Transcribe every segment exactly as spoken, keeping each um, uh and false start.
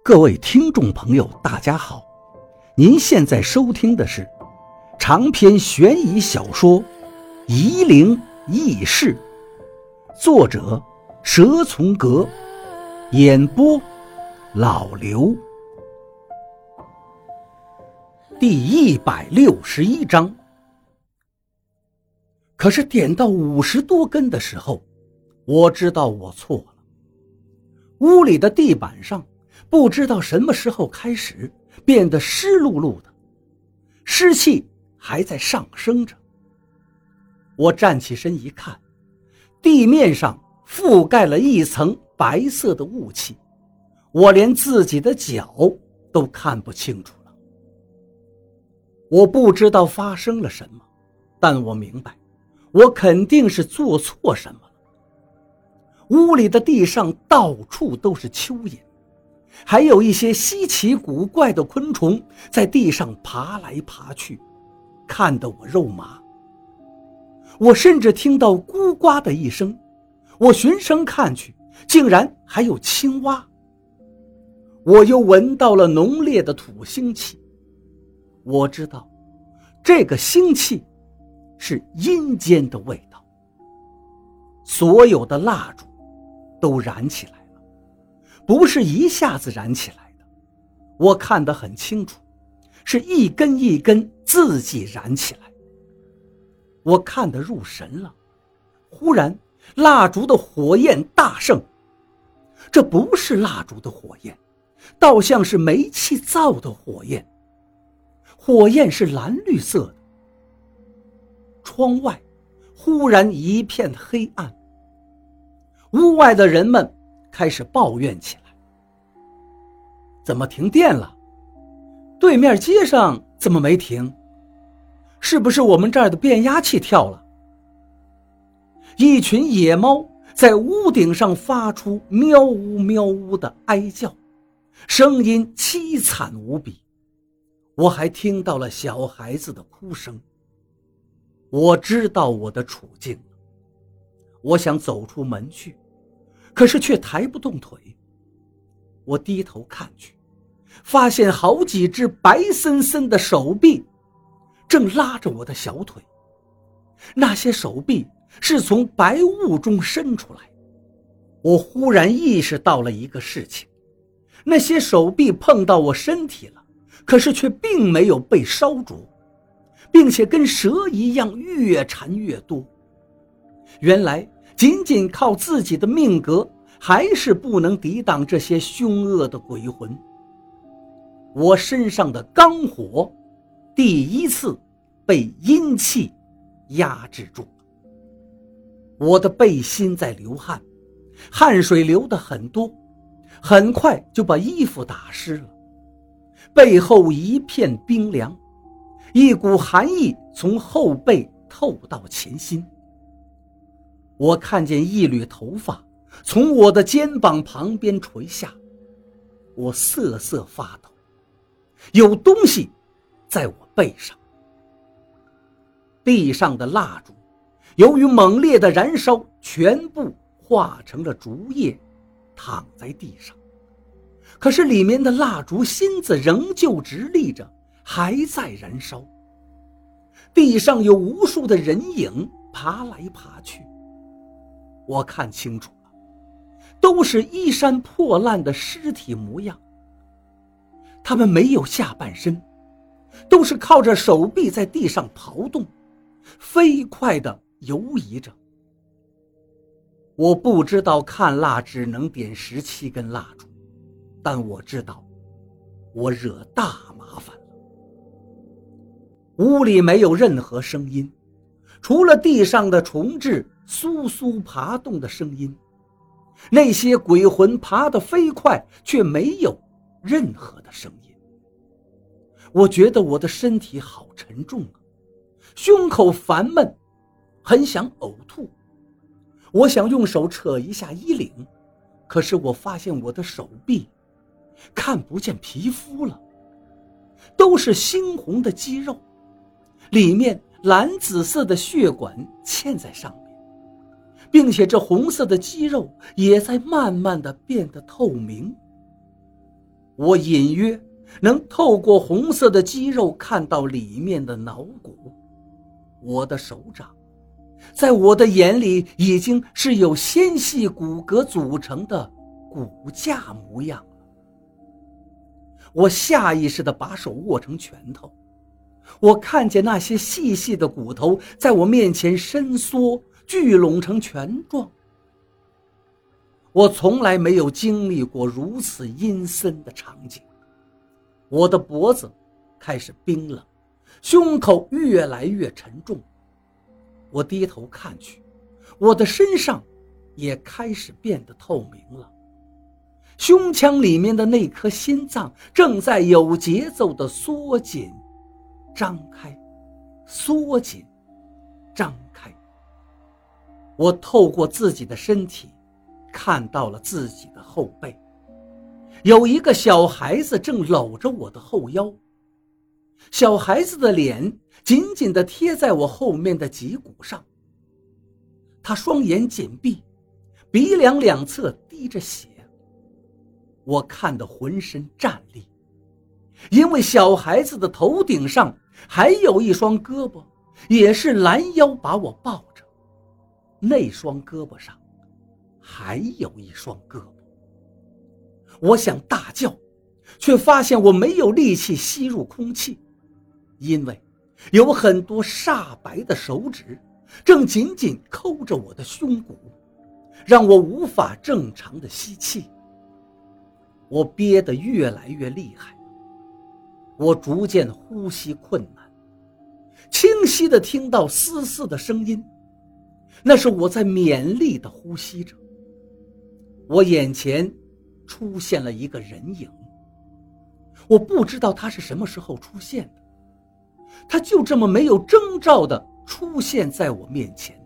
各位听众朋友大家好，您现在收听的是长篇悬疑小说《夷陵轶事》，作者蛇从阁，演播老刘。第一百六十一章。可是点到五十多根的时候，我知道我错了。屋里的地板上不知道什么时候开始变得湿漉漉的，湿气还在上升着。我站起身一看，地面上覆盖了一层白色的雾气，我连自己的脚都看不清楚了。我不知道发生了什么，但我明白我肯定是做错什么了。屋里的地上到处都是蚯蚓，还有一些稀奇古怪的昆虫在地上爬来爬去，看得我肉麻。我甚至听到咕呱的一声，我循声看去，竟然还有青蛙。我又闻到了浓烈的土腥气，我知道这个腥气是阴间的味道。所有的蜡烛都燃起来了，不是一下子燃起来的，我看得很清楚，是一根一根自己燃起来。我看得入神了，忽然蜡烛的火焰大盛，这不是蜡烛的火焰，倒像是煤气灶的火焰，火焰是蓝绿色的。窗外忽然一片黑暗，屋外的人们开始抱怨起来，怎么停电了？对面街上怎么没停？是不是我们这儿的变压器跳了？一群野猫在屋顶上发出喵呜喵呜的哀叫，声音凄惨无比。我还听到了小孩子的哭声。我知道我的处境了，我想走出门去，可是却抬不动腿。我低头看去，发现好几只白森森的手臂正拉着我的小腿，那些手臂是从白雾中伸出来。我忽然意识到了一个事情，那些手臂碰到我身体了，可是却并没有被烧灼，并且跟蛇一样越缠越多。原来仅仅靠自己的命格还是不能抵挡这些凶恶的鬼魂。我身上的刚火第一次被阴气压制住了。我的背心在流汗，汗水流得很多，很快就把衣服打湿了。背后一片冰凉，一股寒意从后背透到前心。我看见一缕头发从我的肩膀旁边垂下，我瑟瑟发抖，有东西在我背上。地上的蜡烛由于猛烈的燃烧，全部化成了竹叶，躺在地上。可是里面的蜡烛芯子仍旧直立着，还在燃烧。地上有无数的人影爬来爬去，我看清楚了，都是衣衫破烂的尸体模样。他们没有下半身，都是靠着手臂在地上刨动，飞快地游移着。我不知道看蜡只能点十七根蜡烛，但我知道我惹大麻烦了。屋里没有任何声音，除了地上的虫豸簌簌爬动的声音。那些鬼魂爬得飞快，却没有任何的声音。我觉得我的身体好沉重啊，胸口烦闷，很想呕吐。我想用手扯一下衣领，可是我发现我的手臂看不见皮肤了，都是猩红的肌肉，里面蓝紫色的血管嵌在上面，并且这红色的肌肉也在慢慢的变得透明。 我隐约能透过红色的肌肉看到里面的脑骨。我的手掌在我的眼里已经是有纤细骨骼组成的骨架模样了。我下意识地把手握成拳头，我看见那些细细的骨头在我面前伸缩聚拢成拳状。我从来没有经历过如此阴森的场景。我的脖子开始冰冷，胸口越来越沉重。我低头看去，我的身上也开始变得透明了。胸腔里面的那颗心脏正在有节奏地缩紧、张开、缩紧、张开。我透过自己的身体看到了自己的后背，有一个小孩子正搂着我的后腰。小孩子的脸紧紧地贴在我后面的脊骨上，他双眼紧闭，鼻梁两侧滴着血。我看得浑身战栗，因为小孩子的头顶上还有一双胳膊，也是拦腰把我抱着，那双胳膊上还有一双胳膊。我想大叫，却发现我没有力气吸入空气，因为有很多煞白的手指正紧紧抠着我的胸骨，让我无法正常的吸气。我憋得越来越厉害，我逐渐呼吸困难，清晰地听到嘶嘶的声音，那是我在勉力地呼吸着。我眼前出现了一个人影，我不知道他是什么时候出现的，他就这么没有征兆地出现在我面前。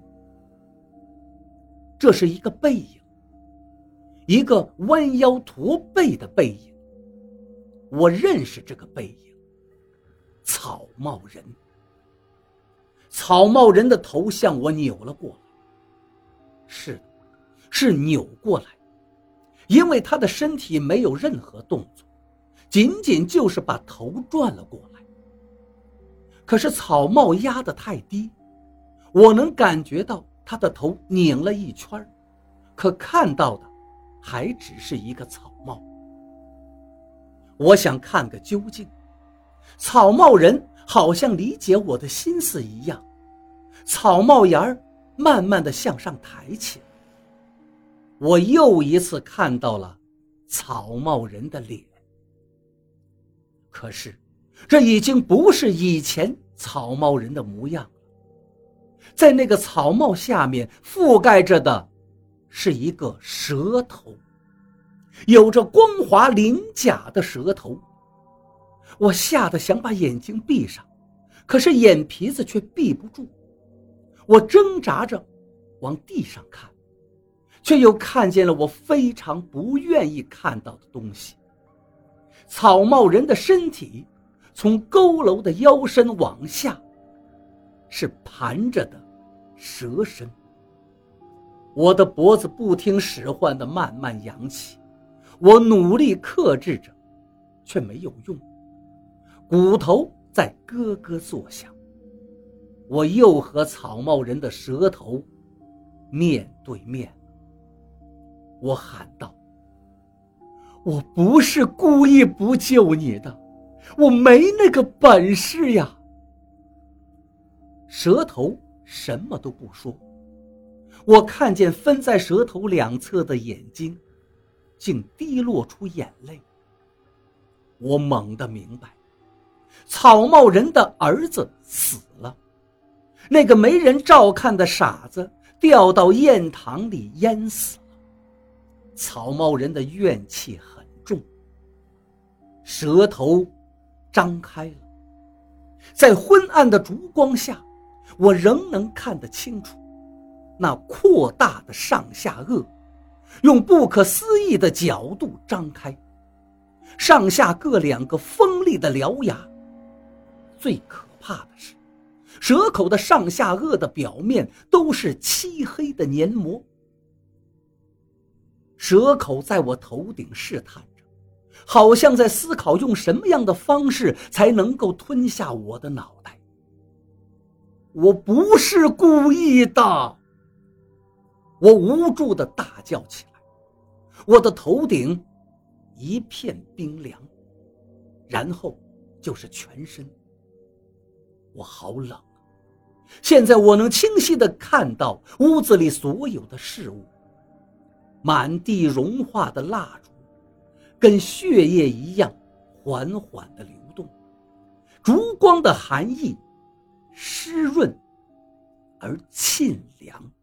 这是一个背影，一个弯腰驼背的背影。我认识这个背影，草帽人。草帽人的头向我扭了过来，是的，是扭过来，因为他的身体没有任何动作，仅仅就是把头转了过来。可是草帽压得太低，我能感觉到他的头拧了一圈，可看到的还只是一个草帽。我想看个究竟，草帽人好像理解我的心思一样，草帽檐儿慢慢地向上抬起来。我又一次看到了草帽人的脸，可是这已经不是以前草帽人的模样了。在那个草帽下面覆盖着的是一个蛇头，有着光滑鳞甲的蛇头。我吓得想把眼睛闭上，可是眼皮子却闭不住。我挣扎着往地上看，却又看见了我非常不愿意看到的东西。草帽人的身体从佝偻的腰身往下是盘着的蛇身。我的脖子不听使唤地慢慢扬起，我努力克制着，却没有用，骨头在咯咯作响。我又和草帽人的蛇头面对面了。我喊道：我不是故意不救你的，我没那个本事呀。蛇头什么都不说，我看见分在蛇头两侧的眼睛竟滴落出眼泪。我猛地明白，草帽人的儿子死了，那个没人照看的傻子掉到堰塘里淹死了。草帽人的怨气很重。蛇头张开了，在昏暗的烛光下，我仍能看得清楚，那扩大的上下颚用不可思议的角度张开，上下各两个锋利的獠牙。最可怕的是，蛇口的上下颚的表面都是漆黑的黏膜。蛇口在我头顶试探着， 好像在思考用什么样的方式才能够吞下我的脑袋。我不是故意的！我无助地大叫起来，我的头顶一片冰凉，然后就是全身。我好冷，现在我能清晰地看到屋子里所有的事物，满地融化的蜡烛，跟血液一样缓缓地流动，烛光的寒意湿润而沁凉。